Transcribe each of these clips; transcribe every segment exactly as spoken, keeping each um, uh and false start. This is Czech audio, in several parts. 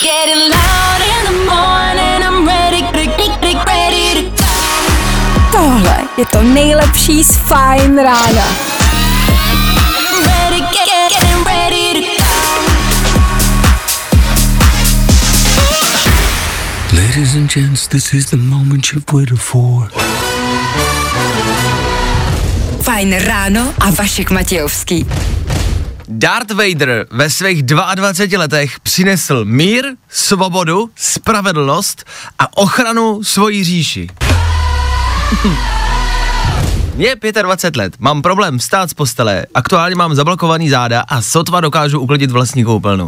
Tohle je to nejlepší z Fajn rána. Ladies and gents, this is the moment you've waited for. Fajn ráno a Vašek Matějovský. Darth Vader ve svých dvaceti dvou letech přinesl mír, svobodu, spravedlnost a ochranu svojí říši. Mně je dvacet pět let, mám problém vstát z postele, aktuálně mám zablokovaný záda a sotva dokážu uklidit vlastní koupelnu.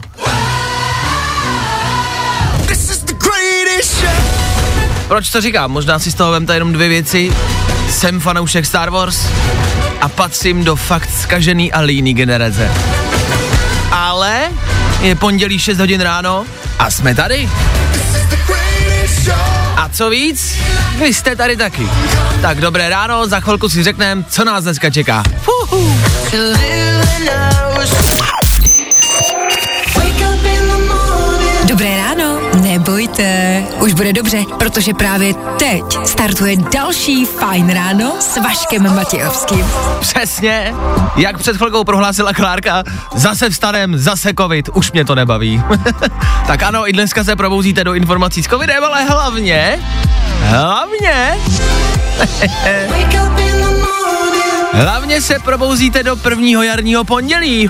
Proč to říkám? Možná si z toho vemte jenom dvě věci. Jsem fanoušek Star Wars a patřím do fakt zkažený a líný generace. Ale je pondělí šest hodin ráno a jsme tady. A co víc, vy jste tady taky. Tak dobré ráno, za chvilku si řekneme, co nás dneska čeká. Fuhu. Dobré ráno, nebojte, už bude dobře, protože právě teď startuje další Fajn ráno s Vaškem Matějovským. Přesně, jak před chvilkou prohlásila Klárka, zase vstanem, zase covid, už mě to nebaví. Tak ano, i dneska se probouzíte do informací s covidem, ale hlavně, hlavně, hlavně se probouzíte do prvního jarního pondělí.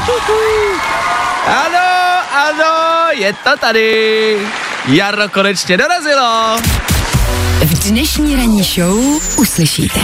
Ano, ano, je to tady. Jaro konečně dorazilo. V dnešní ranní show uslyšíte.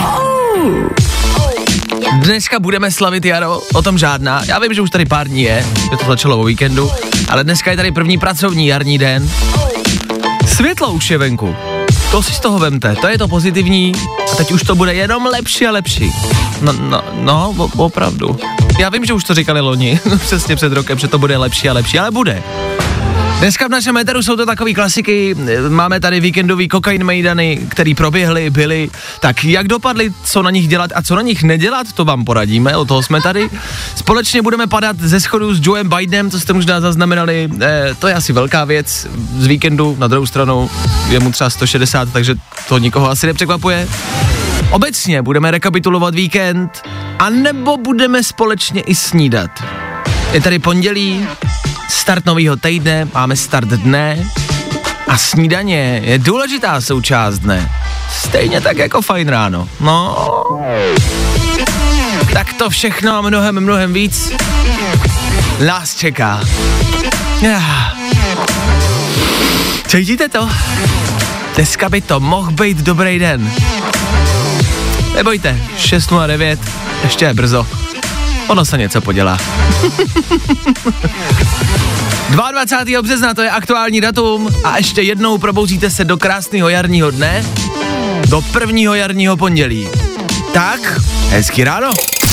Dneska budeme slavit jaro, o tom žádná. Já vím, že už tady pár dní je, že to začalo o víkendu, ale dneska je tady první pracovní jarní den. Světlo už je venku. To si z toho vemte, to je to pozitivní a teď už to bude jenom lepší a lepší. No, no, no o, opravdu. Já vím, že už to říkali loni, přesně před rokem, že to bude lepší a lepší, ale bude. Dneska v našem éteru jsou to takový klasiky, máme tady víkendový kokain mejdany, který proběhly, byly, tak jak dopadly, co na nich dělat a co na nich nedělat, to vám poradíme, o toho jsme tady. Společně budeme padat ze schodu s Joeem Bidenem, co jste možná zaznamenali, eh, to je asi velká věc z víkendu, na druhou stranu je mu třeba sto šedesát, takže to nikoho asi nepřekvapuje. Obecně budeme rekapitulovat víkend, anebo budeme společně i snídat. Je tady pondělí, start novýho týdne, máme start dne a snídaně je důležitá součást dne. Stejně tak jako Fajn ráno. No. Tak to všechno a mnohem, mnohem víc nás čeká. Cítíte to? Dneska by to mohl být dobrý den. Nebojte, šest nula devět, ještě je brzo. Ono se něco podělá. dvacátého druhého března, to je aktuální datum a ještě jednou probouzíte se do krásného jarního dne, do prvního jarního pondělí. Tak, hezký ráno.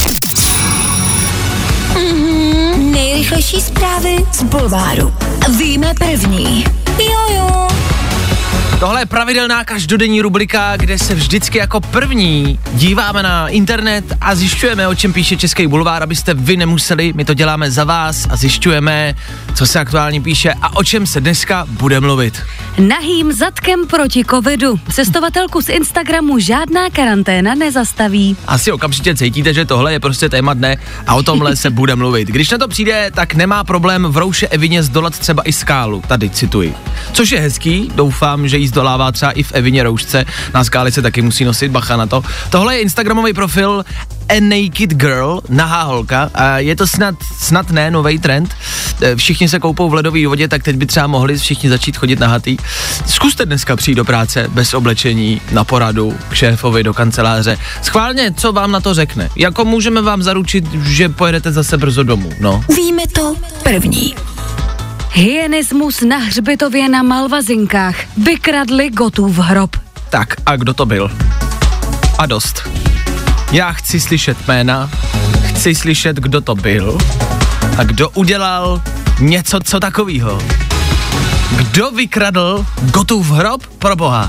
Mm-hmm, nejrychlejší zprávy z bulváru. Víme první. Jojo. Tohle je pravidelná každodenní rubrika, kde se vždycky jako první díváme na internet a zjišťujeme, o čem píše Český bulvár, abyste vy nemuseli, my to děláme za vás a zjišťujeme, co se aktuálně píše a o čem se dneska bude mluvit. Nahým zadkem proti covidu. Cestovatelku z Instagramu žádná karanténa nezastaví. Asi okamžitě cítíte, že tohle je prostě téma dne a o tomhle se bude mluvit. Když na to přijde, tak nemá problém v rouše Evině zdolat třeba i skálu, tady cituji. Což je hezký, doufám, že jí zdolává třeba i v Evině roušce, na skály se taky musí nosit, bacha na to. Tohle je instagramový profil A Naked Girl, nahá holka, a je to snad, snad ne nový trend. Všichni se koupou v ledové vodě, tak teď by třeba mohli všichni začít chodit nahatý. Zkuste dneska přijít do práce bez oblečení, na poradu, k šéfovi, do kanceláře. Schválně, co vám na to řekne? Jako můžeme vám zaručit, že pojedete zase brzo domů, no. Víme to první. Hyenismus na hřbitově na Malvazinkách. Vykradli Gotův hrob. Tak a kdo to byl? A dost. Já chci slyšet jména, chci slyšet, kdo to byl a kdo udělal něco co takovýho. Kdo vykradl Gotův hrob, pro boha?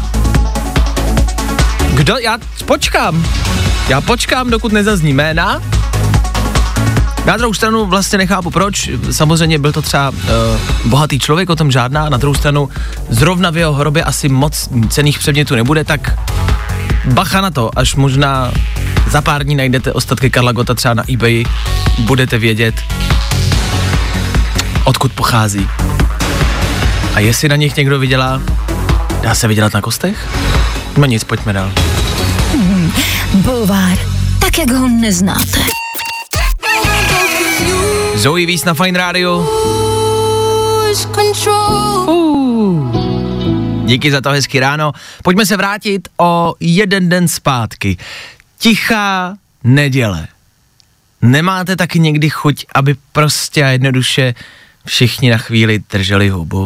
Kdo? Já počkám. Já počkám, dokud nezazní jména Na druhou stranu vlastně nechápu proč, samozřejmě byl to třeba uh, bohatý člověk, o tom žádná, na druhou stranu zrovna v jeho hrobě asi moc cenných předmětů nebude, tak bacha na to, až možná za pár dní najdete ostatky Karla Gotta třeba na eBay, budete vědět, odkud pochází. A jestli na nich někdo vydělá, dá se vydělat na kostech? No nic, pojďme dál. Hmm, bulvár, tak jak ho neznáte. Zoe Víc na Fajn rádiu. Uh. Díky za to, hezky ráno. Pojďme se vrátit o jeden den zpátky. Tichá neděle. Nemáte taky někdy chuť, aby prostě a jednoduše všichni na chvíli drželi hubu?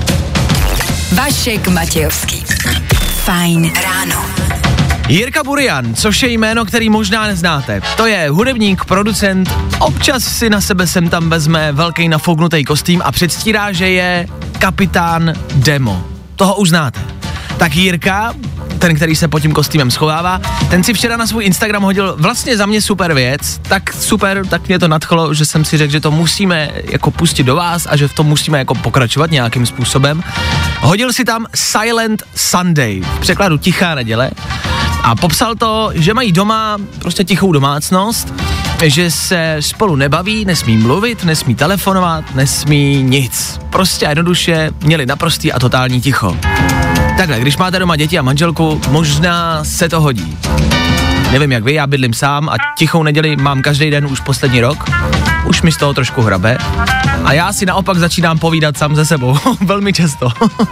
Vašek Matějovský. Fajn ráno. Jirka Burian, což je jméno, který možná neznáte. To je hudebník, producent, občas si na sebe sem tam vezme velký nafouknutý kostým a předstírá, že je kapitán Demo. Toho už znáte. Tak Jirka, ten, který se pod tím kostýmem schovává, ten si včera na svůj Instagram hodil vlastně za mě super věc, tak super, tak mě to nadchlo, že jsem si řekl, že to musíme jako pustit do vás a že v tom musíme jako pokračovat nějakým způsobem. Hodil si tam Silent Sunday, v překladu tichá neděle, a popsal to, že mají doma prostě tichou domácnost, že se spolu nebaví, nesmí mluvit, nesmí telefonovat, nesmí nic. Prostě jednoduše měli naprostý a totální ticho. Takhle, když máte doma děti a manželku, možná se to hodí. Nevím jak vy, já bydlím sám a tichou neděli mám každý den už poslední rok. Už mi z toho trošku hrabe. A já si naopak začínám povídat sám se sebou. Velmi často.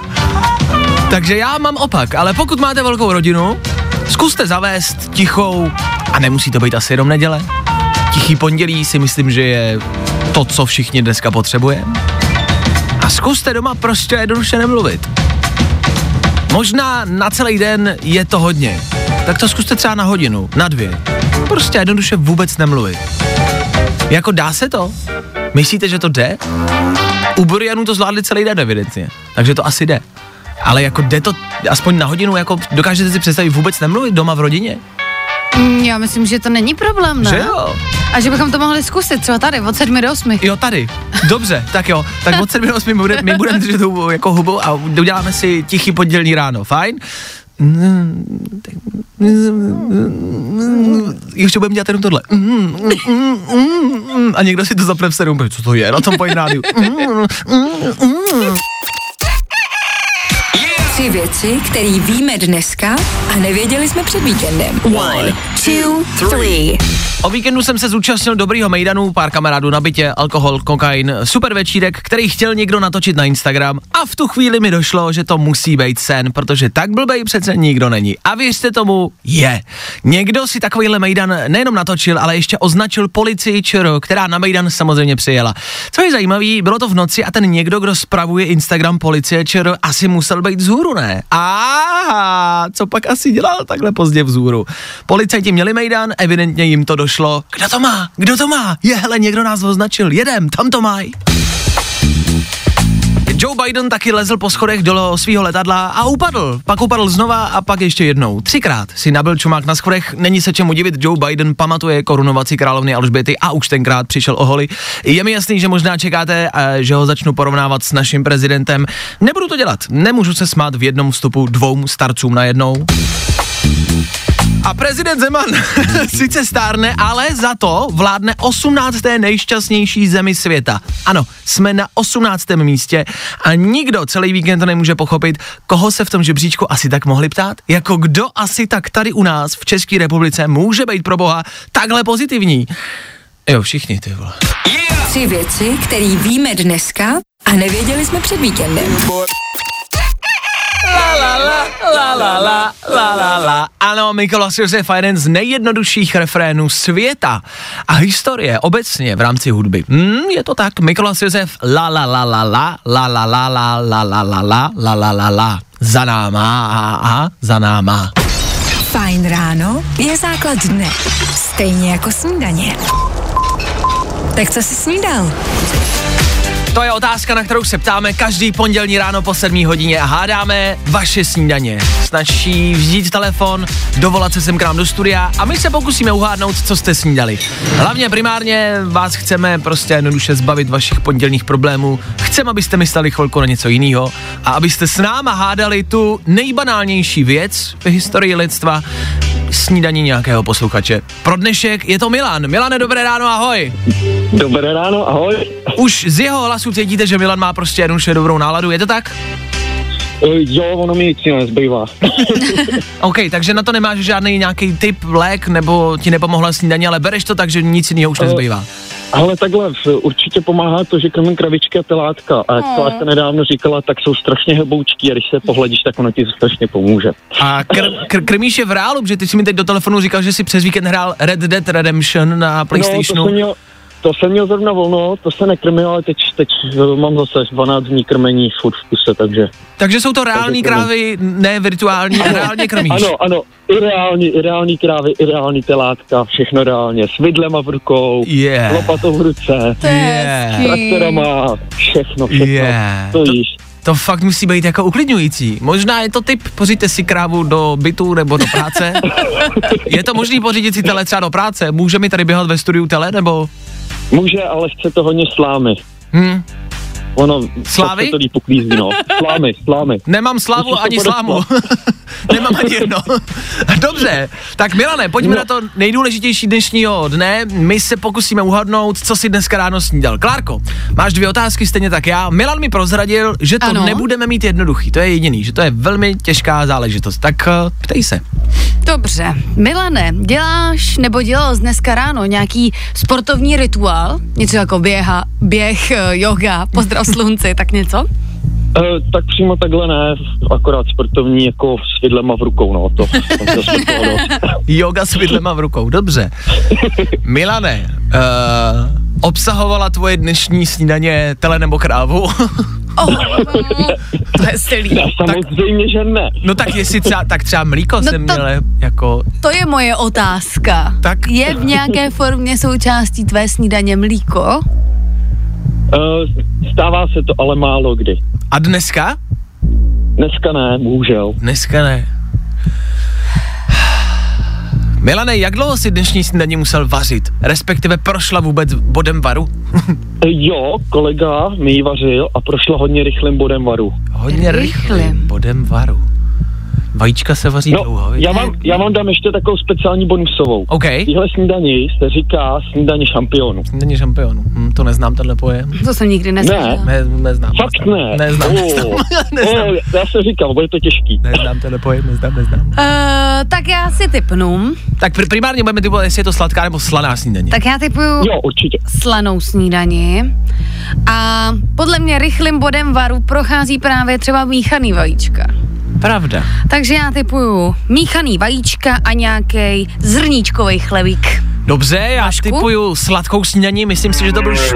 Takže já mám opak, ale pokud máte velkou rodinu, zkuste zavést tichou, a nemusí to být asi jenom neděle. Tichý pondělí si myslím, že je to, co všichni dneska potřebujeme. A zkuste doma prostě jednoduše nemluvit. Možná na celý den je to hodně, tak to zkuste třeba na hodinu, na dvě. Prostě jednoduše vůbec nemluvit. Jako dá se to? Myslíte, že to jde? U Burianů to zvládli celý den evidentně, takže to asi jde. Ale jako jde to aspoň na hodinu, jako dokážete si představit vůbec nemluvit doma v rodině? Já myslím, že to není problém, ne? Že jo? A že bychom to mohli zkusit třeba tady, od sedmi do osmi. Jo, tady. Dobře, tak jo. Tak od sedmi do osmi my, bude, my budeme držet hubu, jako hubu a uděláme si tichý pondělní ráno, fajn? Ještě budeme dělat jenom tohle. A někdo si to zapne v sedm, co to je na tom Fajn rádiu? Tři věci, které víme dneska a nevěděli jsme před víkendem. One, two, three. O víkendu jsem se zúčastnil dobrýho mejdanu, pár kamarádů na bytě, alkohol, kokain, super večírek, který chtěl někdo natočit na Instagram a v tu chvíli mi došlo, že to musí být sen, protože tak blbej přece nikdo není. A věřte tomu, je. Někdo si takovýhle mejdan nejenom natočil, ale ještě označil policii ČR, která na mejdan samozřejmě přijela. Co je zajímavý, bylo to v noci a ten někdo, kdo spravuje Instagram policie ČR, asi musel být vzhůru, ne? A co pak asi dělal takhle pozdě vzhůru? Policajti měli mejdan, evidentně jim to došlo. Kdo to má? Kdo to má? Je, hele, někdo nás označil. Jedem, tam to mají. Joe Biden taky lezl po schodech do svého letadla a upadl. Pak upadl znova a pak ještě jednou. Třikrát si nabil čumák na schodech. Není se čemu divit, Joe Biden pamatuje korunovací královny Alžběty a už tenkrát přišel o holi. Je mi jasný, že možná čekáte, že ho začnu porovnávat s naším prezidentem. Nebudu to dělat. Nemůžu se smát v jednom vstupu dvou starcům najednou. A prezident Zeman sice stárne, ale za to vládne osmnácté nejšťastnější zemi světa. Ano, jsme na osmnáctém místě a nikdo celý víkend to nemůže pochopit, koho se v tom žebříčku asi tak mohli ptát. Jako kdo asi tak tady u nás v České republice může být pro boha takhle pozitivní? Jo, všichni, ty vole. Yeah! Tři věci, které víme dneska a nevěděli jsme před víkendem. La la la, la la la, la la la. Ano, Mikolas Josef je jeden z nejjednodušších refrénů světa a historie obecně v rámci hudby. Hmm, je to tak, Mikolas Josef, la la la la la, la la la la, la la la la, la la la la, za náma, a, a, za náma. Fajn ráno je základ dne, stejně jako snídaně. Tak co jsi snídal? to je otázka, na kterou se ptáme každý pondělní ráno po sedmé hodině a hádáme vaše snídaně. Snaží vzít telefon, dovolat se sem k nám do studia a my se pokusíme uhádnout, co jste snídali. Hlavně primárně vás chceme prostě jednoduše zbavit vašich pondělních problémů. Chceme, abyste mysleli chvilku na něco jiného a abyste s náma hádali tu nejbanálnější věc v historii lidstva, snídaní nějakého posluchače. Pro dnešek je to Milan. Milane, dobré ráno, ahoj. Dobré ráno, ahoj. Už z jeho hlasu cítíte, že Milan má prostě jednoduše dobrou náladu, je to tak? Jo, ono mi nic nezbývá. OK, takže na to nemáš žádný nějaký tip, lék, nebo ti nepomohla snídaně, ale bereš to tak, že nic jiného už nezbývá. Ale takhle, určitě pomáhá to, že krmím kravičky a telátka. A jak Klárka nedávno říkala, tak jsou strašně heboučký a když se pohledíš, tak ono ti to strašně pomůže. A kr- kr- krmíš je v reálu, protože ty jsi mi teď do telefonu říkal, že jsi přes víkend hrál Red Dead Redemption na PlayStationu. No, to jsem měl, to jsem měl zrovna volno, to se nekrmil, ale teď, teď mám zase dvanáct dní krmení furt v kuse, takže... Takže jsou to reální krávy, ne virtuální, reálně krmíš. Ano, ano, i reální, i reální krávy, i reální telátka, všechno reálně, s vidlema v rukou, yeah. lopatou v ruce, yeah. traktorama, všechno, všechno, yeah. to víš. To fakt musí být jako uklidňující. Možná je to tip, pořiďte si krávu do bytu nebo do práce. Je to možný pořídit si tele třeba do práce? Může mi tady běhat ve studiu tele, nebo? Může, ale chce to hodně slámy. Hmm. Ono, Slávy? se to líp uklízí, no. Slámy, slámy. Nemám slávu ani slámu. Nemám ani jedno. Dobře, tak Milane, pojďme no. na to nejdůležitější dnešního dne. My se pokusíme uhadnout, co si dneska ráno snídal. Klárko, máš dvě otázky, stejně tak já. Milan mi prozradil, že to ano. nebudeme mít jednoduchý, to je jediný, že to je velmi těžká záležitost. Tak uh, ptej se. Dobře. Milane, děláš nebo dělal dneska ráno nějaký sportovní rituál? Něco jako běha, běh, yoga, pozdrav slunci, tak něco? Uh, tak přímo takhle ne, akorát sportovní jako s vidlema v rukou, no to. Yoga s vidlema v rukou, dobře. Milane, uh, obsahovala tvoje dnešní snídaně tele nebo krávu? Oh, to je silý. Samozřejmě, že ne. No tak jestli třeba, tak třeba mlíko no jsem to, měl jako... To je moje otázka. Tak. Je v nějaké formě součástí tvé snídaně mlíko? Uh, stává se to, ale málo kdy. A dneska? Dneska ne, bohužel. Dneska ne. Milane, jak dlouho si dnešní snídaní musel vařit? Respektive prošla vůbec bodem varu? Jo, kolega mi ji vařil a prošla hodně rychlým bodem varu. Hodně rychlým, rychlým bodem varu. Vajíčka se vaří no, dlouho, já vám, já vám dám ještě takovou speciální bonusovou. OK. Tíhle snídaní se říká snídaně šampionu. Snídaně šampionu, hm, to neznám tenhle pojem. To jsem nikdy neslyšel. Ne. ne, neznám. Fakt ne. Neznám, oh. neznám, neznám. Oh, já se říkám, bude to těžký. Neznám tenhle pojem, neznám, neznám. Uh, tak já si tipnu. Tak pr- primárně budeme typovat, jestli je to sladká nebo slaná snídaně. Tak já tipuju jo, určitě. slanou snídani. A podle mě rychlým bodem varu prochází právě třeba míchaný vajíčka. Pravda. Takže já tipuju míchaný vajíčka a nějaký zrníčkový chlebík. Dobře, já Vašku? tipuju sladkou snídaní, myslím si, že to byl š...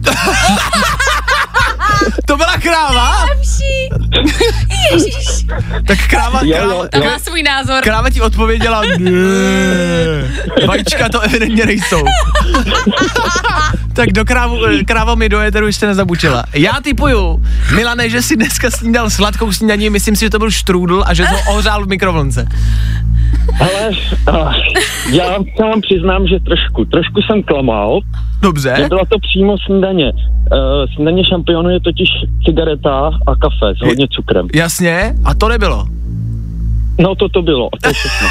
To byla kráva? Lepší. Ježiš. Tak kráva, kráva, To má svůj názor. kráva ti odpověděla ne. Vajíčka to evidentně nejsou. Tak do krávu, kráva mi do éteru ještě nezabučila. Já tipuju, Milane, že si dneska snídal sladkou snídaní, myslím si, že to byl štrůdl a že to ohřál v mikrovlnce. Ale uh, já vám přiznám, že trošku, trošku jsem klamal. Dobře. Nebyla to přímo snídaně. Uh, snídaně šampionu je totiž cigareta a kafe s hodně cukrem. Jasně, a to nebylo. No to to bylo, a to je všechno.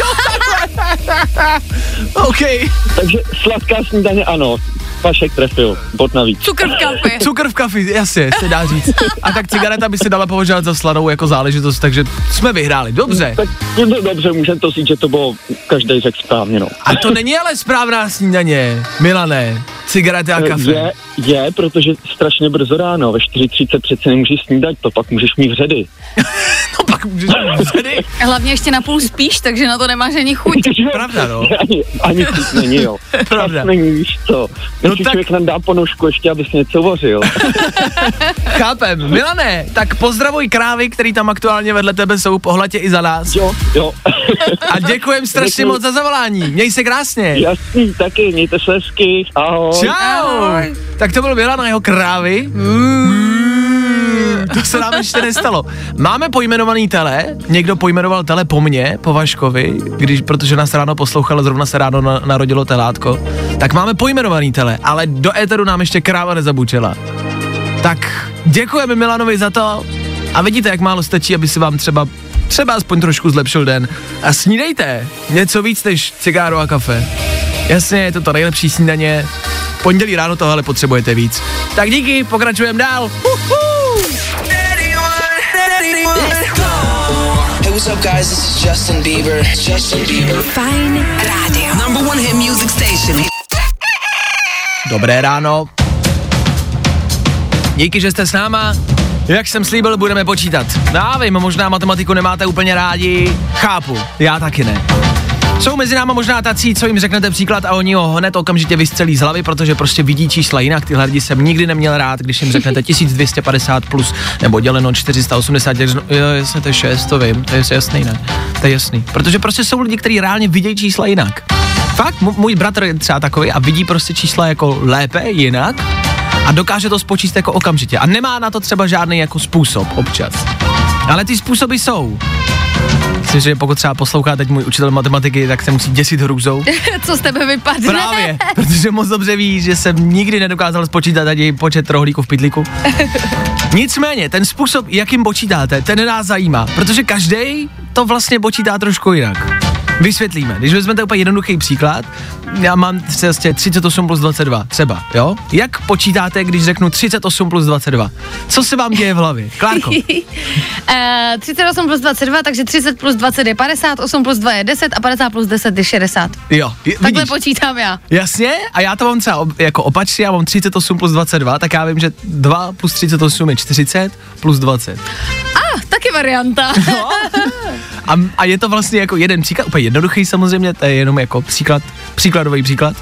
OK. Takže sladká snídaně ano. Vašek trefil, bod navíc. Cukr v kafi. Cukr v kafi, jasně, se dá říct. A tak cigareta by se dala považovat za sladou jako záležitost, takže jsme vyhráli, dobře. Tak je to dobře, můžeme to říct, že to bylo každý řekl správně, no. A to není ale správná snídaně, Milane, cigareta a kafe. Je, je, protože strašně brzo ráno, ve čtyři třicet přece nemůžeš snídat, to pak můžeš mít vředy. No pak můžeš mít vředy. Hlavně ještě napůl spíš, takže na to nemáš ani chuť. Pravda, no. Ani, ani chuť není, jo. Pravda. Není, víš co. No si tak... člověk nám dá ponožku ještě, aby si něco uvařil. Chápem. Milané, tak pozdravuj krávy, který tam aktuálně vedle tebe jsou, pohlatě i za nás. Jo, jo. A děkujem strašně Děkuji. moc za zavolání. Měj se krásně. Jasný, taky, mějte se hezky. Ahoj. Čau. Ahoj. Tak to byl Milan a jeho krávy. To se nám ještě nestalo. Máme pojmenovaný tele, někdo pojmenoval tele po mně, po Vaškovi, když, protože nás ráno poslouchalo, zrovna se ráno na, narodilo telátko. Tak máme pojmenovaný tele, ale do éteru nám ještě kráva nezabučela. Tak děkujeme Milanovi za to a vidíte, jak málo stačí, aby si vám třeba, třeba aspoň trošku zlepšil den. A snídejte něco víc než cigáro a kafe. Jasně, je to to nejlepší snídaně. Pondělí ráno tohle potřebujete víc. Tak díky, pokračujeme dál. Hey, what's up, guys? This is Justin Bieber. Justin Bieber. Fajn rádio. Number one hit music station. Dobré ráno. Díky, že jste s náma. Jak jsem slíbil, budeme počítat. Já vím, možná matematiku nemáte úplně rádi. Chápu, já taky ne. Jsou mezi náma možná tací, co jim řeknete příklad a oni ho hned okamžitě vystřelí z hlavy, protože prostě vidí čísla jinak. Tyhle lidi jsem nikdy neměl rád, když jim řeknete tisíc dvě stě padesát plus nebo děleno čtyři sta osmdesát. Jo, jasně, to je šest, to vím, to je jasný, ne? To je jasný. Protože prostě jsou lidi, kteří reálně vidějí čísla jinak. Fakt, m- můj bratr je třeba takový a vidí prostě čísla jako lépe, jinak a dokáže to spočíst jako okamžitě. A nemá na to třeba žádný jako způsob občas. Ale ty způsoby jsou. Myslím, že pokud třeba poslouchá teď můj učitel matematiky, tak se musí děsit hrůzou. Co z tebe vypadne? Právě, protože moc dobře ví, že jsem nikdy nedokázal spočítat ani počet rohlíků v pytlíku. Nicméně, ten způsob, jakým počítáte, ten nás zajímá, protože každý to vlastně počítá trošku jinak. Vysvětlíme, když vezmete úplně jednoduchý příklad, já mám vlastně třicet osm plus dvacet dva, třeba, jo? Jak počítáte, když řeknu třicet osm plus dvacet dva? Co se vám děje v hlavě? Klárko? uh, třicet osm plus dvacet dva, takže třicet plus dvacet je padesát, osm plus dva je deset a padesát plus deset je šedesát. Jo, je, Takhle vidíš? počítám já. Jasně, a já to mám třeba ob, jako opačně, já mám třicet osm plus dvacet dva, tak já vím, že dva plus třicet osm je čtyřicet plus dvacet. Ah, taky varianta. No. A, a je to vlastně jako jeden příklad, úplně jednoduchý samozřejmě, to je jenom jako příklad, příkladový příklad.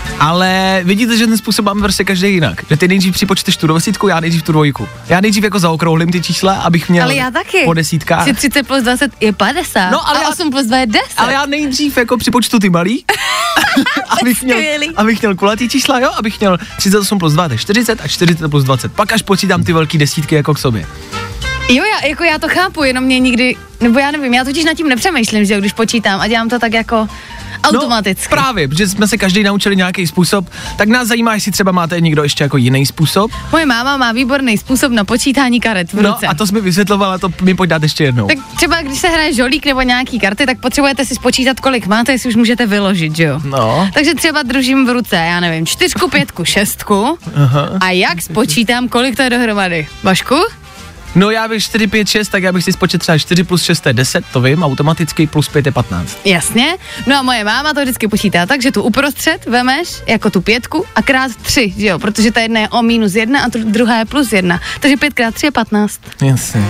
Ale vidíte, že ten způsob máme prostě každý jinak. Že ty nejdřív připočteš tu dvacítku, já nejdřív tu dvojku. Já nejdřív jako zaokrouhlím ty čísla, abych měl Ale já taky. po desítkách. třicet plus dvacet je padesát, No, ale a já- osm plus dva je deset. Ale já nejdřív jako připočtu ty malý, abych, měl, Skvělý. abych měl kulatý čísla, jo, abych měl třicet osm plus dva, to je čtyřicet a čtyřicet plus dvacet. Pak až počítám ty velký desítky jako k sobě. Jo, já, jako já to chápu, jenom mě nikdy, nebo já nevím, já totiž nad tím nepřemýšlím, že jo, když počítám a dělám to tak jako automaticky. No, právě, protože jsme se každý naučili nějaký způsob, tak nás zajímá, jestli třeba máte někdo ještě jako jiný způsob. Moje máma má výborný způsob na počítání karet v ruce. No a to jsi mi vysvětlovala, to mi pojď dát ještě jednou. Tak třeba když se hraje žolík nebo nějaký karty, tak potřebujete si spočítat, kolik máte, jestli už můžete vyložit, že jo? No. Takže třeba držím v ruce, já nevím, čtyřku, pětku, šestku. Aha. A jak spočítám, kolik to je dohromady? Vašku? No já bych čtyři, pět, šest, tak já bych si spočítal třeba čtyři plus šest je deset, to vím, automaticky plus pět je patnáct. Jasně. No a moje máma to vždycky počítá tak, že tu uprostřed vemeš jako tu pětku a krát tři, že jo? Protože ta jedna je o minus jedna a tu druhá je plus jedna. Takže pět krát tři je patnáct. Jasně.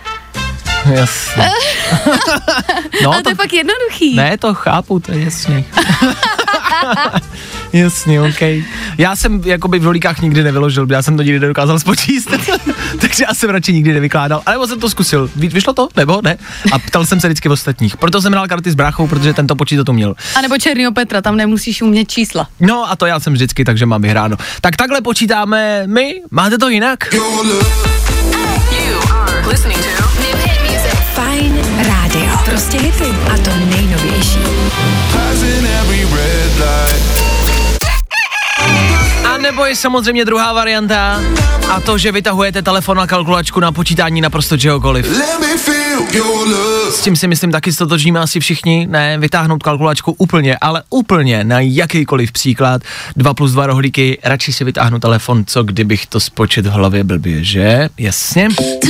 Jasně. No, Ale to je fakt jednoduchý. Ne, to chápu, to je jasný. Jasně, OK. Já jsem jakoby v žolíkách nikdy nevyložil, já jsem to nikdy nedokázal spočíst, takže já jsem radši nikdy nevykládal, ale jsem to zkusil. Vy, vyšlo to? Nebo ne? A ptal jsem se vždycky v ostatních. Proto jsem hrál karty s bráchou, protože ten to počítat uměl. A nebo Černýho Petra, tam nemusíš umět čísla. No a to já jsem vždycky, takže mám vyhráno. Tak takhle počítáme my, máte to jinak? Fajn rádio. Prostě hity. A to nejnovější. A nebo je samozřejmě druhá varianta a to, že vytahujete telefon a kalkulačku na počítání naprosto čehokoliv. S tím si myslím taky stotožníme asi všichni, ne, vytáhnout kalkulačku úplně, ale úplně na jakýkoliv příklad, dva plus dva rohlíky, radši si vytáhnu telefon, co kdybych to spočet v hlavě blbě, že? Jasně.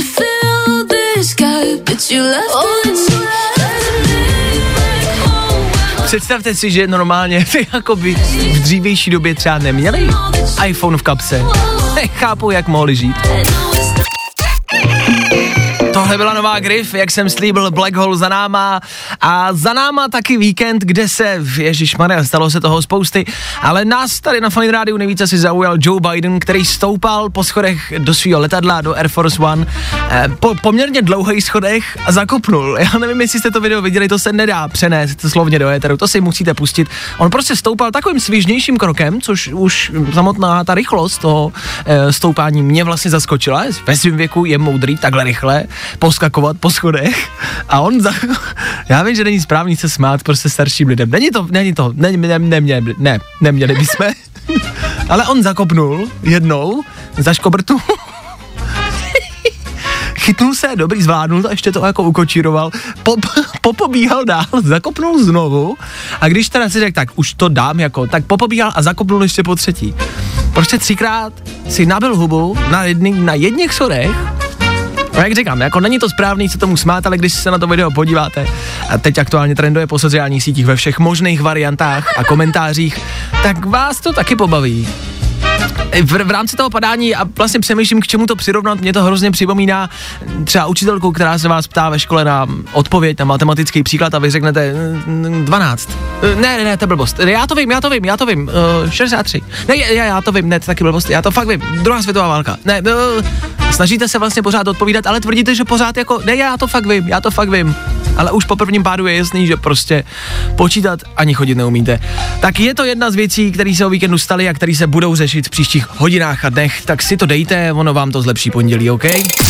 Představte si, že normálně vy jakoby v dřívější době třeba neměli iPhone v kapse. Nechápu, jak mohli žít. Tohle Tohle byla nová Griff, jak jsem slíbil, Black Hole za náma a za náma taky víkend, kde se, ježišmarja, stalo se toho spousty, ale nás tady na Fajn rádiu nejvíce si zaujal Joe Biden, který stoupal po schodech do svého letadla, do Air Force One, eh, po poměrně dlouhých schodech a zakopnul. Já nevím, jestli jste to video viděli, to se nedá přenést slovně do éteru, to si musíte pustit. On prostě stoupal takovým svižnějším krokem, což už samotná ta rychlost toho eh, stoupání mě vlastně zaskočila. Ve svém věku je moudrý takhle rychle poskakovat po schodech a on za... Já vím, že není správný se smát prostě starším lidem. Není to, není to, ne, ne, ne, ne, ne neměli bychom, ale on zakopnul jednou, zaškobrtnul, chytnul se, dobrý, zvládnul to, ještě to jako ukočíroval, pop, popobíhal dál, zakopnul znovu a když teda si řekl, tak už to dám jako, tak popobíhal a zakopnul ještě po třetí. Prostě třikrát si nabil hubu na, jedný, na jedných schodech. No jak říkám, jako není to správný se tomu smát, ale když se na to video podíváte, a teď aktuálně trenduje po sociálních sítích ve všech možných variantách a komentářích, tak vás to taky pobaví. V, v rámci toho padání a vlastně přemýšlím, k čemu to přirovnat, mě to hrozně připomíná třeba učitelku, která se vás ptá ve škole na odpověď na matematický příklad a vy řeknete dvanáct. Ne, ne, ne, to je blbost. Já to vím, já to vím, já to vím. Uh, šedesát tři. Ne, já, já to vím, ne, to taky blbost. Já to fakt vím. Druhá světová válka. Ne, uh, snažíte se vlastně pořád odpovídat, ale tvrdíte, že pořád jako, ne, já to fakt vím, já to fakt vím. Ale už po prvním pádu je jasný, že prostě počítat ani chodit neumíte. Tak je to jedna z věcí, které se o víkendu staly a které se budou řešit v příštích hodinách a dnech, tak si to dejte, ono vám to zlepší pondělí, OK?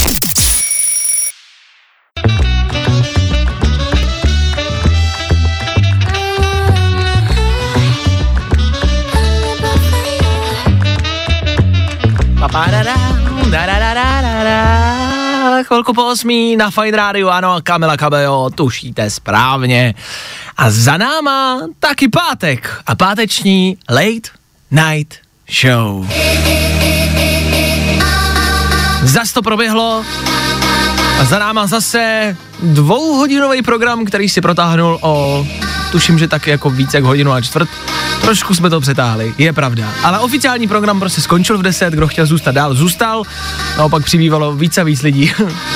Chvilku po osmí na Fajn rádiu, ano, Kamila Cabello, tušíte správně. A za náma taky pátek a páteční Late Night Show. Zas to proběhlo a za náma zase dvouhodinový program, který si protáhnul o, tuším, že taky jako víc jak hodinu a čtvrt. Trošku jsme to přetáhli, je pravda. Ale oficiální program prostě skončil v deset, kdo chtěl zůstat dál, zůstal. Naopak přibývalo víc a víc lidí.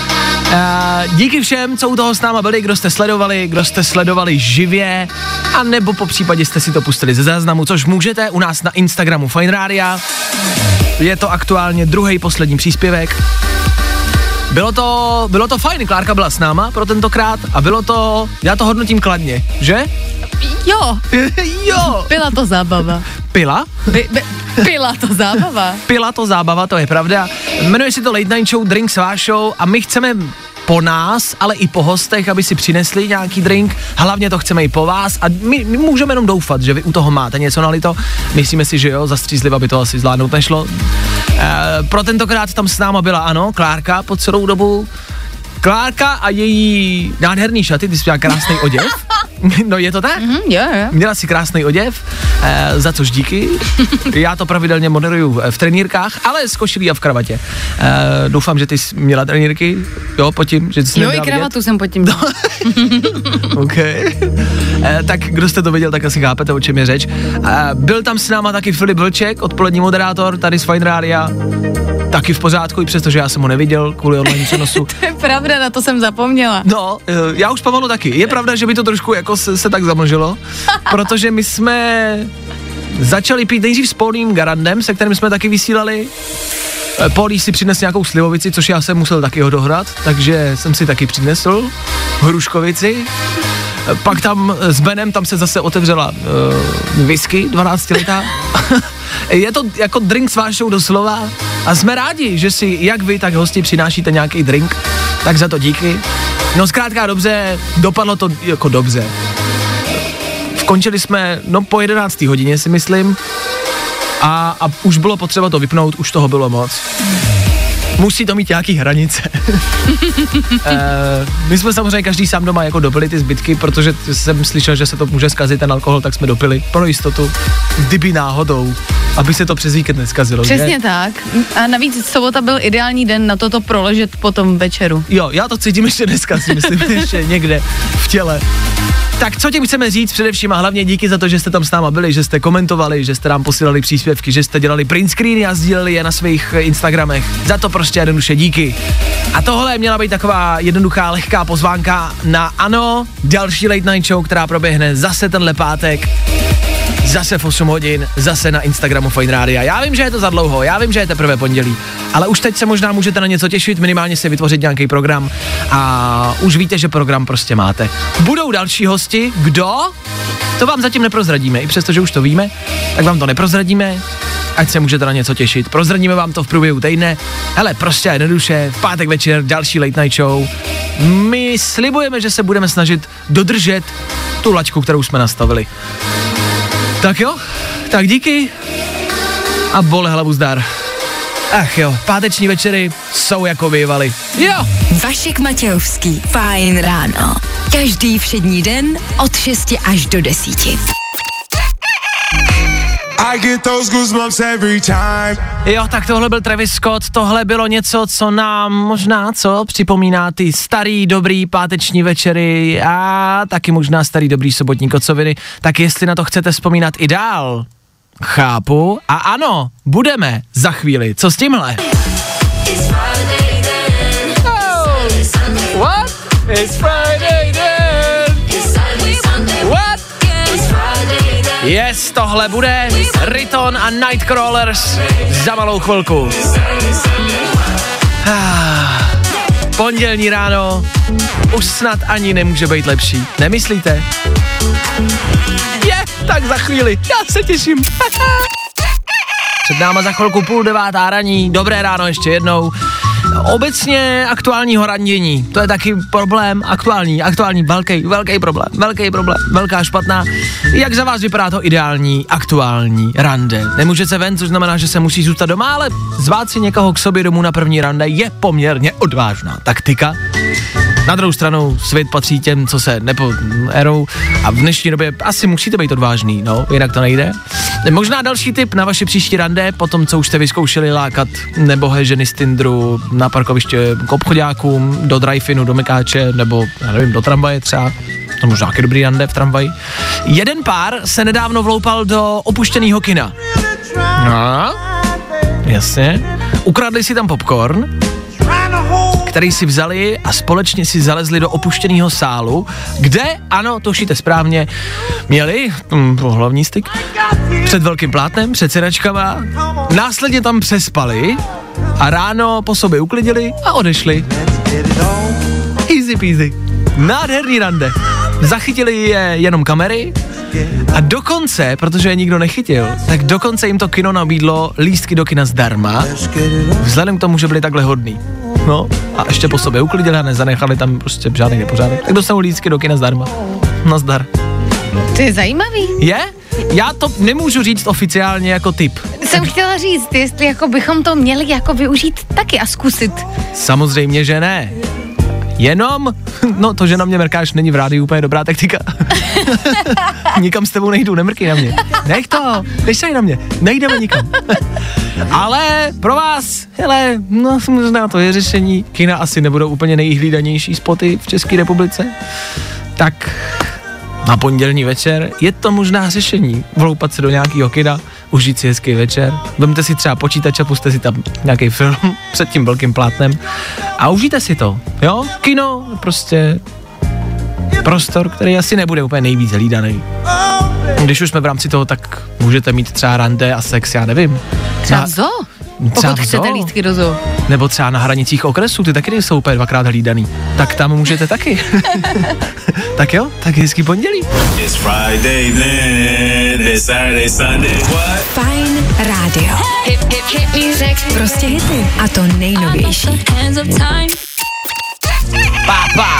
Díky všem, co u toho s náma byli, kdo jste sledovali, kdo jste sledovali živě, a nebo po případě jste si to pustili ze záznamu, což můžete u nás na Instagramu Fajn rádia. Je to aktuálně druhý poslední příspěvek. Bylo to, bylo to fajn, Klárka byla s náma pro tentokrát a bylo to, já to hodnotím kladně, že? Jo. Jo. Byla to zábava. Pila? By, by, pila to zábava. Pila to zábava, to je pravda. Jmenuje se to Late Night Show, Drink Svá Show a my chceme po nás, ale i po hostech, aby si přinesli nějaký drink, hlavně to chceme i po vás a my, my můžeme jenom doufat, že vy u toho máte něco nalito, myslíme si, že jo, zastřízliva by to asi zvládnout nešlo. E, pro tentokrát tam s náma byla, ano, Klárka po celou dobu, Klárka a její nádherný šaty, ty jsi měla krásný oděv. No je to tak? Mm, jo, jo. Měla si krásný oděv, e, za což díky. Já to pravidelně moderuju v trenýrkách, ale s košilí a v kravatě. E, doufám, že ty jsi měla trenýrky, jo, pod tím, že jsi Jo, i kravatu vidět. Jsem pod tím. No. OK. E, tak kdo jste to viděl, tak asi chápete, o čem je řeč. E, byl tam s náma taky Filip Vlček, odpolední moderátor, tady z Fajn rádia. Taky v pořádku, i přesto, že já jsem ho neviděl kvůli online přenosu. To je pravda, na to jsem zapomněla. No, já už pomalu taky. Je pravda, že by to trošku jako se, se tak zamlžilo, protože my jsme začali pít nejdřív s Polím Garandem, se kterým jsme taky vysílali. Polí si přinesl nějakou slivovici, což já jsem musel taky odohrat, takže jsem si taky přinesl hruškovici. Pak tam s Benem, tam se zase otevřela uh, whisky dvanáctiletá. Je to jako drink s vášou doslova a jsme rádi, že si jak vy, tak hosti přinášíte nějaký drink, tak za to díky. No zkrátka dobře, dopadlo to jako dobře. Skončili jsme, no po jedenácté hodině si myslím a, a už bylo potřeba to vypnout, už toho bylo moc. Musí to mít nějaký hranice. e, my jsme samozřejmě každý sám doma jako dopili ty zbytky, protože jsem slyšel, že se to může zkazit ten alkohol, tak jsme dopili pro jistotu, kdyby náhodou, aby se to přes víkend neskazilo. Přesně že? tak. A navíc sobota byl ideální den na toto proložet po tom večeru. Jo, já to cítím ještě dneska, si myslím, ještě někde v těle. Tak co tím chceme říct především a hlavně díky za to, že jste tam s náma byli, že jste komentovali, že jste nám posílali příspěvky, že jste dělali print screeny a sdíleli je na svých Instagramech. Za to prostě jednoduše díky. A tohle měla být taková jednoduchá, lehká pozvánka na ANO, další late night show, která proběhne zase tenhle pátek. Zase v osm hodin, zase na Instagramu Fajn Rádia. Já vím, že je to za dlouho, já vím, že je teprve pondělí, ale už teď se možná můžete na něco těšit, minimálně si vytvořit nějaký program a už víte, že program prostě máte. Budou další hosti, kdo? To vám zatím neprozradíme, i přesto, že už to víme, tak vám to neprozradíme, ať se můžete na něco těšit. Prozradíme vám to v průběhu týdne, hele, prostě jednoduše, v pátek večer další late night show. My slibujeme, že se budeme snažit dodržet tu laťku, kterou jsme nastavili. Tak jo, tak díky a bole hlavu zdar. Ach jo, páteční večery jsou jako bývaly. Jo! Vašek Matějovský, Fajn ráno. Každý všední den od šesti až do desíti. I get those goosebumps every time. Jo, tak tohle byl Travis Scott, tohle bylo něco, co nám možná, co, připomíná ty starý, dobrý páteční večery a taky možná starý, dobrý sobotní kocoviny, tak jestli na to chcete vzpomínat i dál, chápu a ano, budeme za chvíli, co s tímhle? Oh, what? It's Friday then. What? Yes, tohle bude Riton a Nightcrawlers za malou chvilku. Ah, pondělní ráno už snad ani nemůže být lepší, nemyslíte? Je, tak za chvíli, já se těším. Před náma za chvilku půl devátá raní, dobré ráno ještě jednou. Obecně aktuálního randění, to je taky problém, aktuální, aktuální, velký, velký problém, velký problém, velká špatná. Jak za vás vypadá to ideální, aktuální rande? Nemůže se ven, což znamená, že se musí zůstat doma, ale zvát si někoho k sobě domů na první rande je poměrně odvážná taktika. Na druhou stranu svět patří těm, co se nepoerou a v dnešní době asi musíte být odvážný, no, jinak to nejde. Možná další tip na vaše příští rande, po tom, co už jste vyzkoušeli lákat nebohé ženy z Tinderu na parkoviště k obchodákům, do drive-inu, do mekáče, nebo, já nevím, do tramvaje třeba. To možná taky dobrý rande v tramvaji. Jeden pár se nedávno vloupal do opuštěného kina. No, jasně. Ukradli si tam popcorn, který si vzali a společně si zalezli do opuštěného sálu, kde, ano, to šíte správně, měli hm, pohlavní styk před velkým plátnem, před sedačkama, následně tam přespali a ráno po sobě uklidili a odešli. Easy peasy. Nádherný rande. Zachytili je jenom kamery a dokonce, protože je nikdo nechytil, tak dokonce jim to kino nabídlo lístky do kina zdarma, vzhledem k tomu, že byli takhle hodný. No, a ještě po sobě uklidili a nezanechali tam prostě žádný nepořádek. Tak dostanou lístky do kina zdarma. Nazdar. To je zajímavý. Je? Já to nemůžu říct oficiálně jako tip. Jsem chtěla říct, jestli jako bychom to měli jako využít taky a zkusit. Samozřejmě, že ne. Jenom, no to, že na mě mrkáš, není v rádiu úplně dobrá taktika. Nikam s tebou nejdu, nemrkej na mě. Nech to, nešaj na mě, nejdeme nikam. Ale pro vás, hele, no možná to je řešení. Kina asi nebudou úplně nejhlídanější spoty v České republice. Tak na pondělní večer je to možná řešení. Vloupat se do nějakého kina, užít si hezký večer. Vemte si třeba počítač a puste si tam nějaký film před tím velkým plátnem a užijte si to, jo? Kino prostě prostor, který asi nebude úplně nejvíc hlídaný. Když už jsme v rámci toho, tak můžete mít třeba rande a sex, já nevím. Třeba v zoo? Pokud chcete lístky do zoo. Nebo třeba na hranicích okresů, ty taky nejsou úplně dvakrát hlídaný. Tak tam můžete taky. Tak jo, tak hezký pondělí. It's Friday then, it's Saturday, Sunday. What? Fajn rádio. Hip, hip, hip music. Prostě hity. A to nejnovější. Pápa.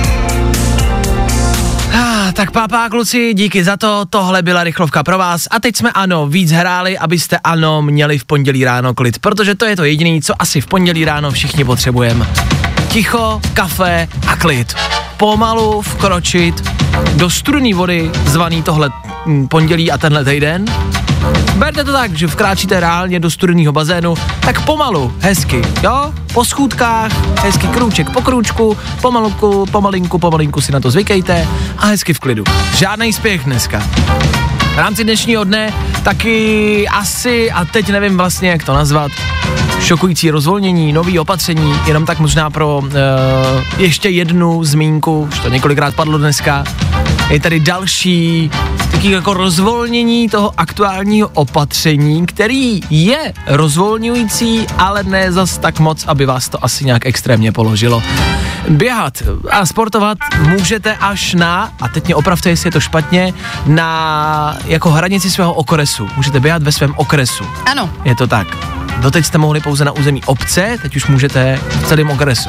Ah, tak pápa, kluci, díky za to, tohle byla rychlovka pro vás a teď jsme ano, víc hráli, abyste ano měli v pondělí ráno klid, protože to je to jediné, co asi v pondělí ráno všichni potřebujeme. Ticho, kafe a klid. Pomalu vkročit do studené vody zvaný tohle pondělí a tenhle týden Berte to tak, že vkráčíte reálně do studeného bazénu, tak pomalu, hezky, jo? Po schůdkách, hezky krůček po krůčku, pomalinku, pomalinku, pomalinku si na to zvykejte a hezky v klidu. Žádnej spěch dneska. V rámci dnešního dne taky asi, a teď nevím vlastně, jak to nazvat, šokující rozvolnění, nový opatření, jenom tak možná pro uh, ještě jednu zmínku, už to několikrát padlo dneska, je tady další taky jako rozvolnění toho aktuálního opatření, který je rozvolňující, ale ne zas tak moc, aby vás to asi nějak extrémně položilo. Běhat a sportovat můžete až na, a teď mě opravte, jestli je to špatně, na jako hranici svého okresu. Můžete běhat ve svém okresu. Ano. Je to tak. Doteď jste mohli pouze na území obce, teď už můžete v celém okresu.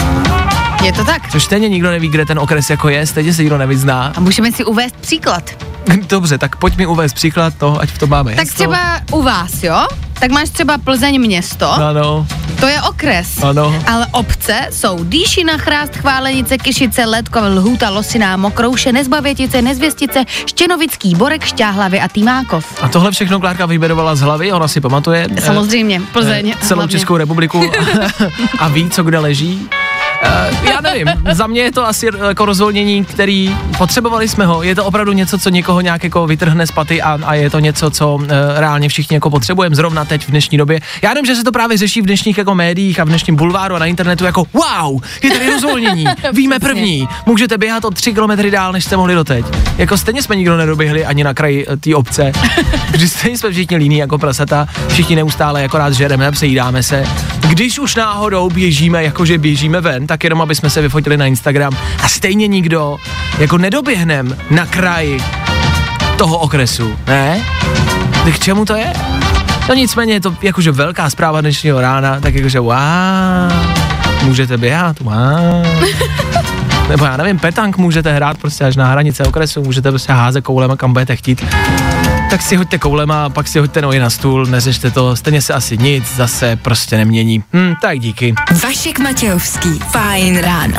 Je to tak. Což stejně nikdo neví, kde ten okres jako je, stejně se nikdo nevyzná. A můžeme si uvést příklad. Dobře, tak pojď mi uvést příklad, to, ať v tom máme Tak jasno. třeba u vás, jo? Tak máš třeba Plzeň město, Ano, to je okres. ano. Ale obce jsou Dýšina, Chrást, Chválenice, Kyšice, Letkov, Lhůta, Losiná, Mokrouše, Nezbavětice, Nezvěstice, Štěnovický, Borek, Šťáhlavy a Týmákov. A tohle všechno Klárka vyjmenovala z hlavy, ona si pamatuje. Samozřejmě, Plzeň. eh, Celou hlavně. Českou republiku a ví, co kde leží. Uh, já nevím, za mě je to asi jako rozvolnění, který potřebovali jsme ho, je to opravdu něco, co někoho nějak jako vytrhne z paty a, a je to něco, co uh, reálně všichni jako potřebujeme zrovna teď v dnešní době. Já vím, že se to právě řeší v dnešních jako médiích a v dnešním bulváru a na internetu jako wow, je tady rozvolnění, víme první, můžete běhat o tři kilometry dál, než jste mohli doteď. Jako stejně jsme nikdo nedoběhli ani na kraji uh, té obce, že stejně jsme všichni líní jako prasata, všichni neustále jako rád žereme, přejídáme se. Když už náhodou běžíme, jakože běžíme ven, tak jenom aby jsme se vyfotili na Instagram a stejně nikdo jako nedoběhnem na kraji toho okresu, ne? Tak k čemu to je? No nicméně je to jakože velká zpráva dnešního rána, tak jakože wow, můžete běhat, wow. Nebo já nevím, petank můžete hrát prostě až na hranice okresu, můžete prostě házet koulema, kam budete chtít. Tak si hoďte koulema, pak si hoďte nohy na stůl, neřešte to, stejně se asi nic zase prostě nemění. Hm, tak díky. Vašek Matějovský, Fajn ráno.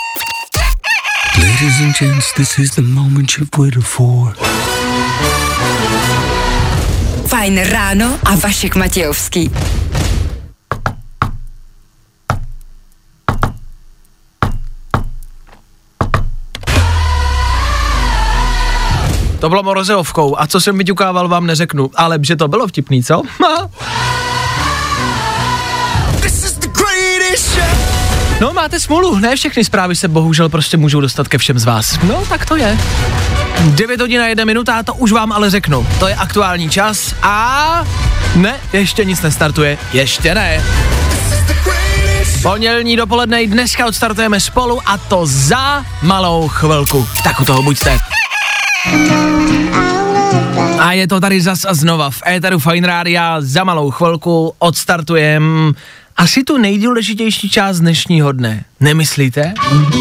Ladies and gents, this is the moment you've waited for. Fajn ráno a Vašek Matějovský. To bylo Morozeovkou a co jsem vyťukával, vám neřeknu, ale že to bylo vtipný, co? No, máte smůlu, ne všechny zprávy se bohužel prostě můžou dostat ke všem z vás. No, tak to je. devět hodin a jedna minuta, to už vám ale řeknu. To je aktuální čas a... Ne, ještě nic nestartuje, ještě ne. Pondělní dopoledne dneska odstartujeme spolu a to za malou chvilku. Tak u toho buďte. A je to tady zas a znova v éteru Fajn rádia, za malou chvilku odstartujem asi tu nejdůležitější část dnešního dne, nemyslíte?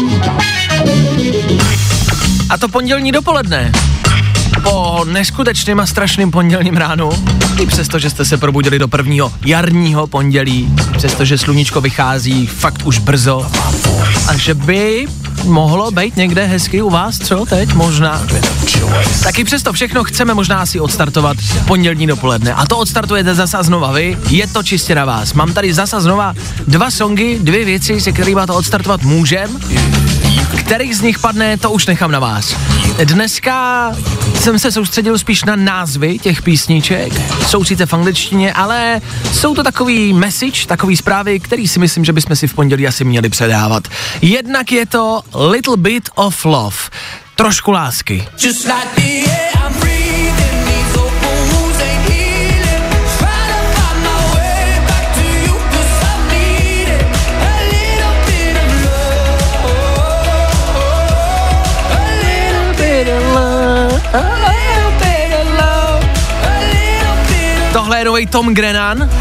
A to pondělní dopoledne. Po neskutečným a strašným pondělním ránu, i přesto, že jste se probudili do prvního jarního pondělí, přestože sluníčko vychází fakt už brzo, a že by mohlo být někde hezky u vás, co teď možná. Taky přesto všechno chceme možná si odstartovat pondělní dopoledne. A to odstartujete zase a znova vy, je to čistě na vás. Mám tady zase a znova dva songy, dvě věci, se kterými to odstartovat můžem. Kterých z nich padne, to už nechám na vás. Dneska jsem se soustředil spíš na názvy těch písniček. Jsou sice v angličtině, ale jsou to takový message, takový zprávy, který si myslím, že bychom si v pondělí asi měli předávat. Jednak je to Little Bit of Love. Trošku lásky. Just like the air I'm breathing, these open wounds ain't healing. Trying to find my way back to you 'cause I need it. A little bit of love, a little bit of love, a little bit of love, a little bit of. Tohle je nový Tom Grennan.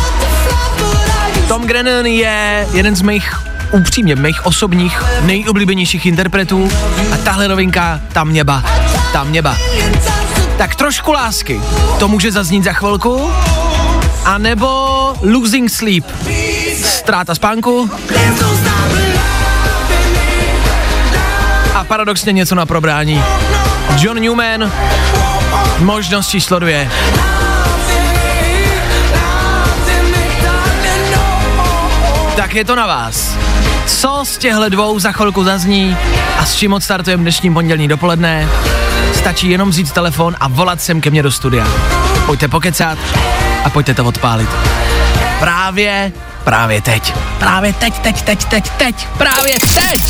Tom Grennan je jeden z mých upřímně mých osobních nejoblíbenějších interpretů a tahle novinka, tam mě ba, tam mě ba. Tak trošku lásky, to může zaznít za chvilku, anebo Losing Sleep, ztráta spánku a paradoxně něco na probrání. John Newman, možnost číslo dvě. Tak je to na vás. Co z těchto dvou za chvilku zazní a s čím odstartujeme dnešní pondělní dopoledne? Stačí jenom vzít telefon a volat sem ke mně do studia. Pojďte pokecat a pojďte to odpálit. Právě, právě teď. Právě teď, teď, teď, teď, teď. Právě teď.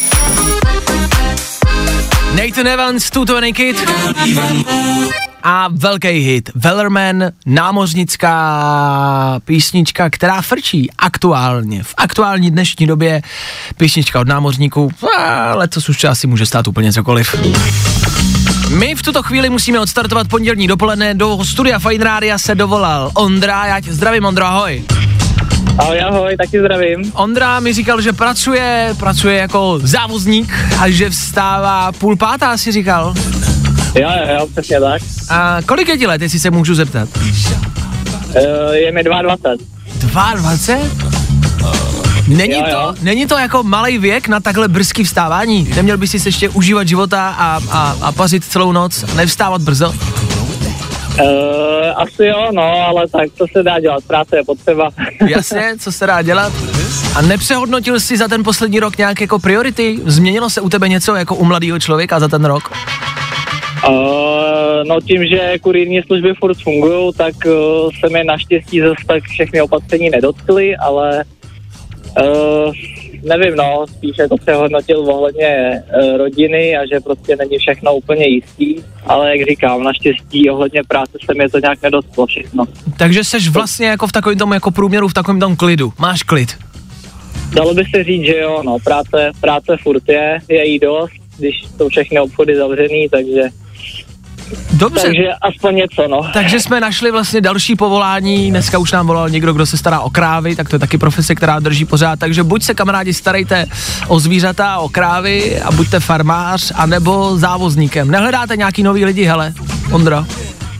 Nathan Evans, Tuto Naked a velký hit Wellerman, námořnická písnička, která frčí aktuálně, v aktuální dnešní době, písnička od námořníků, ale to už asi může stát úplně cokoliv. My v tuto chvíli musíme odstartovat pondělní dopoledne, do studia Fajn Rádia se dovolal Ondra, já tě zdravím, Ondro, ahoj. Ahoj, ahoj, taky zdravím. Ondra mi říkal, že pracuje, pracuje jako závozník a že vstává půl pátá, si říkal. Jo, jo, jo, přesně tak. A kolik je ti let, jestli se můžu zeptat? Uh, je mi dvacet dva. dvacet dva? Není jo, to, jo. není to jako malej věk na takhle brzký vstávání? Neměl bys si ještě užívat života a, a, a pařit celou noc, nevstávat brzo? Uh, asi jo, no, ale tak co se dá dělat, práce je potřeba. Jasně, co se dá dělat? A nepřehodnotil jsi za ten poslední rok nějak jako priority? Změnilo se u tebe něco jako u mladého člověka za ten rok? Uh, no tím, že kurýrní služby furt fungují, tak uh, se mi naštěstí zase tak všechny opatření nedotkly, ale uh, nevím, no, spíše to přehodnotil ohledně uh, rodiny a že prostě není všechno úplně jistý, ale jak říkám, naštěstí ohledně práce se mi to nějak nedotklo všechno. Takže seš vlastně jako v takovém tom jako průměru, v takovém tom klidu. Máš klid? Dalo by se říct, že jo, no, práce, práce furt je, je jí dost, když jsou všechny obchody zavřený, takže Dobře. Takže aspoň něco, no. Takže jsme našli vlastně další povolání, dneska už nám volal někdo, kdo se stará o krávy, tak to je taky profese, která drží pořád, takže buď se kamarádi starejte o zvířata, o krávy a buďte farmář, anebo závozníkem. Nehledáte nějaký nový lidi, hele, Ondro? Uh,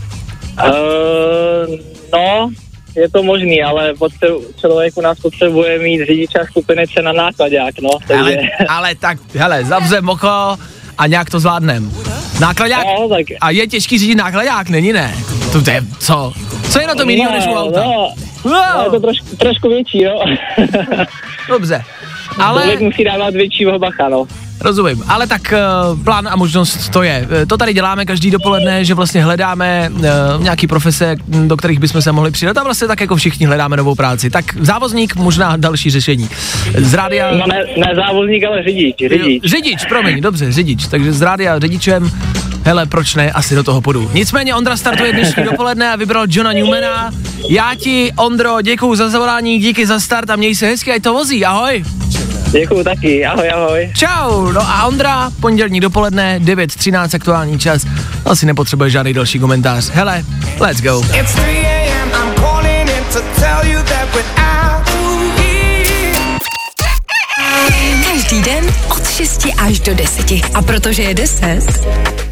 no, je to možný, ale potřebu, člověk u nás potřebuje mít řidiče skupinice na nákladák, no. Takže... Ale, ale tak, hele, zavřem oko a nějak to zvládnem. Nákladák? No, tak... A je těžký řídit nákladák, není ne? To, to je, co? Co je na tom jinýho než u auta? No, wow. no, je to trošku, trošku větší, jo. Dobře. Ale... Člověk musí dávat většího bacha, no. Rozumím, ale tak uh, plán a možnost to je. To tady děláme každý dopoledne, že vlastně hledáme uh, nějaký profese, do kterých bychom se mohli přidat a vlastně tak jako všichni hledáme novou práci. Tak závozník, možná další řešení. Z rádia... No ne, ne závozník, ale řidič, řidič. Řidič, promiň, dobře, řidič. Takže z rádia řidičem, hele, proč ne, asi do toho půjdu. Nicméně Ondra startuje dnešní dopoledne a vybral Johna Newmana. Já ti, Ondro, děkuju za zavolání, díky za start a měj se hezky, ať to vozí, ahoj. Děkuju taky, ahoj, ahoj. Čau, no a Ondra, pondělní dopoledne, devět třináct aktuální čas, asi nepotřebuje žádný další komentář. Hele, let's go. It's three a.m. I'm calling in to tell you that without you. Každý den od šesti až do deseti. A protože je deset...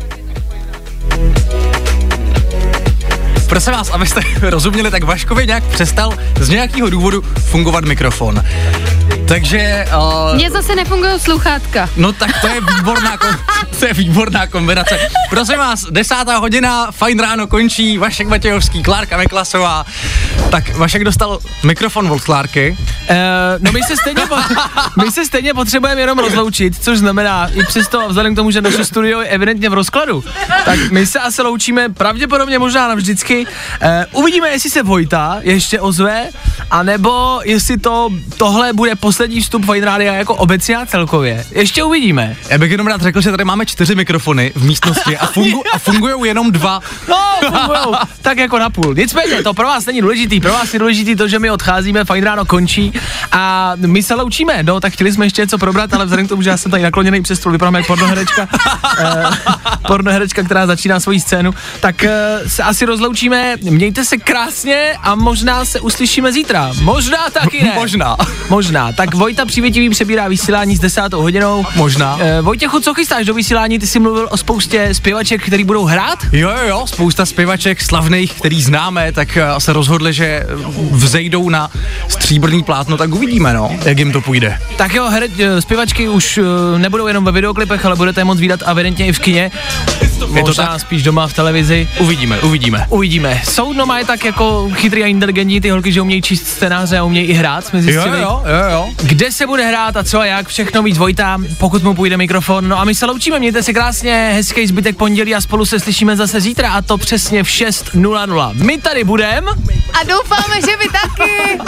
Prosím vás, abyste rozuměli, tak Vaškovi nějak přestal z nějakého důvodu fungovat mikrofon. Takže... Uh, Mně zase nefungují sluchátka. No tak to je výborná, kom, to je výborná kombinace. Prosím vás, desátá hodina, Fajn ráno končí, Vašek Matějovský, Klárka Miklasová. Tak Vašek dostal mikrofon od Klárky. Uh, no my se, stejně po, my se stejně potřebujeme jenom rozloučit, což znamená, i přesto, vzhledem k tomu, že naše studio je evidentně v rozkladu, tak my se asi loučíme pravděpodobně možná navždycky. Uh, uvidíme, jestli se Vojta ještě ozve, anebo jestli to tohle bude poslední vstup Fajn rádia jako obecně a celkově. Ještě uvidíme. Já bych jenom rád řekl, že tady máme čtyři mikrofony v místnosti a, fungu, a fungujou jenom dva. No, fungujou tak jako na půl. Nicméně, to pro vás není důležitý, pro vás je důležitý to, že my odcházíme, Fajn ráno končí a my se loučíme. No, tak chtěli jsme ještě něco probrat, ale vzhledem k tomu, že já jsem tady nakloněný přes stůl, vypadám jak pornoherečka, eh, pornoherečka, která začíná svoji scénu, tak eh, se asi rozloučíme. Mějte se krásně a možná se uslyšíme zítra. Možná taky ne. Možná. Možná. Tak Tak Vojta Přívětivý přebírá vysílání s desátou hodinou. Možná. E, Vojtěchu, co chystáš do vysílání? Ty jsi mluvil o spoustě zpěvaček, který budou hrát? Jo, jo, jo, spousta zpěvaček slavných, který známe, tak uh, se rozhodli, že vzejdou na stříbrný plátno, tak uvidíme, no, jak jim to půjde. Tak jo, hre, zpěvačky už uh, nebudou jenom ve videoklipech, ale budete je moc vidět evidentně i v kině. Je to Možná tak? spíš doma v televizi. Uvidíme, uvidíme. Uvidíme. Jsou doma je tak jako chytrý a inteligentní ty holky, že umějí číst scénáře a umějí i hrát, jsme Jo, zjistili. jo, jo, jo. Kde se bude hrát a co a jak, všechno víc Vojta, pokud mu půjde mikrofon. No a my se loučíme, mějte si krásně, hezký zbytek pondělí a spolu se slyšíme zase zítra a to přesně v šest nula nula. My tady budem. A doufáme, že vy taky.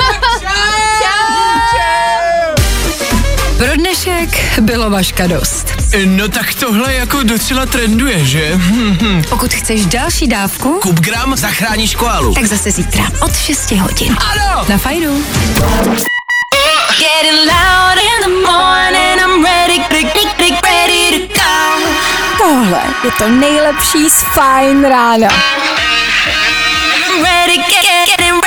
Pro dnešek bylo Vaška dost. No tak tohle jako docela trenduje, že? Pokud chceš další dávku, Kup gram, zachráníš koalu. tak zase zítra od šesti hodin. Ano! Na Fajnu. Tohle je to nejlepší z Fajn rána. Ready, get, get, getting